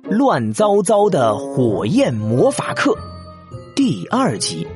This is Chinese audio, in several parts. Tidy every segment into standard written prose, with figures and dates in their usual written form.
乱糟糟的火焰魔法课》第2集。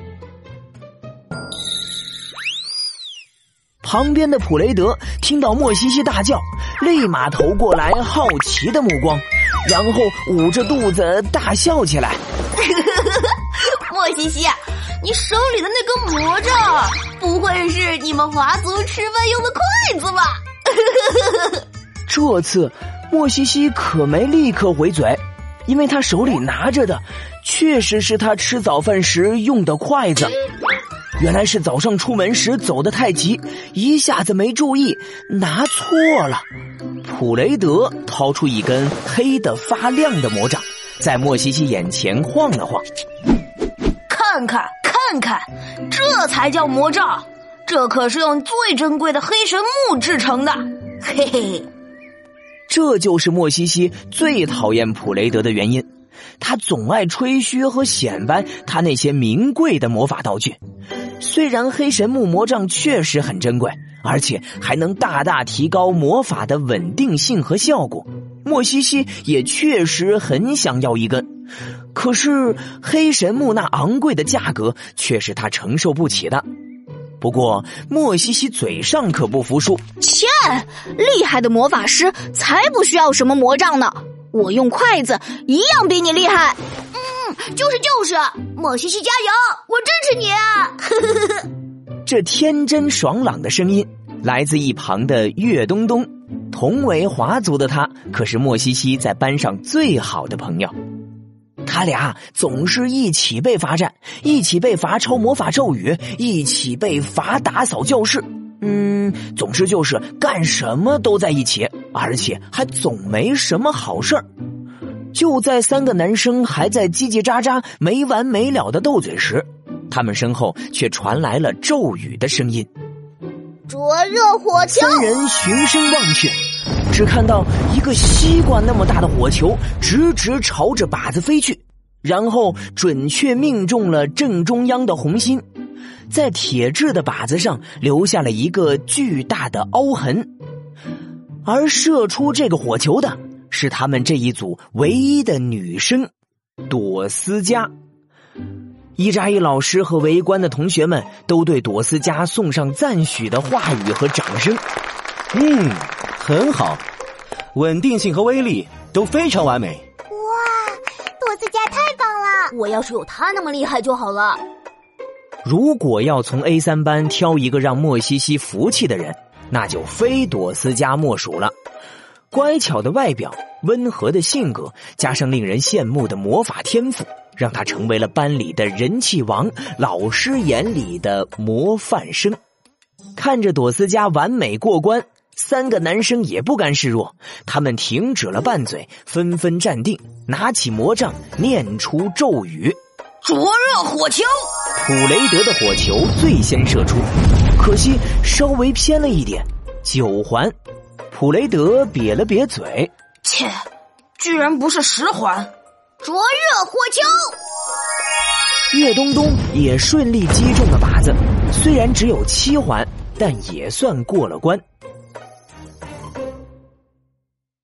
旁边的普雷德听到莫西西大叫，立马投过来好奇的目光，然后捂着肚子大笑起来。 莫西西，你手里的那根魔杖不会是你们华族吃饭用的筷子吧？ 这次莫西西可没立刻回嘴，因为他手里拿着的确实是他吃早饭时用的筷子。原来是早上出门时走得太急，一下子没注意拿错了。普雷德掏出一根黑得发亮的魔杖，在莫西西眼前晃了晃。 看看，这才叫魔杖，这可是用最珍贵的黑神木制成的，嘿嘿。 这就是莫西西最讨厌普雷德的原因，他总爱吹嘘和显摆他那些名贵的魔法道具。虽然黑神木魔杖确实很珍贵，而且还能大大提高魔法的稳定性和效果，莫西西也确实很想要一根。可是黑神木那昂贵的价格却是他承受不起的。不过莫西西嘴上可不服输， 切，厉害的魔法师才不需要什么魔杖呢，我用筷子一样比你厉害。 就是，莫西西加油，我支持你啊！ 这天真爽朗的声音来自一旁的岳东东，同为华族的他可是莫西西在班上最好的朋友。他俩总是一起被罚站，一起被罚抄魔法咒语，一起被罚打扫教室。总之就是干什么都在一起，而且还总没什么好事儿。就在3个男生还在叽叽喳喳没完没了的斗嘴时，他们身后却传来了咒语的声音。 灼热火球 ，3人循声望去，只看到一个西瓜那么大的火球直直朝着靶子飞去，然后准确命中了正中央的红心，在铁质的靶子上留下了一个巨大的凹痕。而射出这个火球的是他们这一组唯一的女生朵思佳。伊扎伊老师和围观的同学们都对朵思佳送上赞许的话语和掌声。 很好，稳定性和威力都非常完美。 哇，朵思佳太棒了， 我要是有她那么厉害就好了。 如果要从 A3 班挑一个让莫西西服气的人，那就非朵思佳莫属了。乖巧的外表，温和的性格，加上令人羡慕的魔法天赋，让他成为了班里的人气王，老师眼里的模范生。看着朵思佳完美过关，3个男生也不甘示弱，他们停止了拌嘴，纷纷站定，拿起魔杖念出咒语。 灼热火球！ 普雷德的火球最先射出，可惜稍微偏了一点，9环。普雷德瘪了瘪嘴， 切，居然不是10环！灼热火球！ 岳东东也顺利击中了靶子，虽然只有7环，但也算过了关。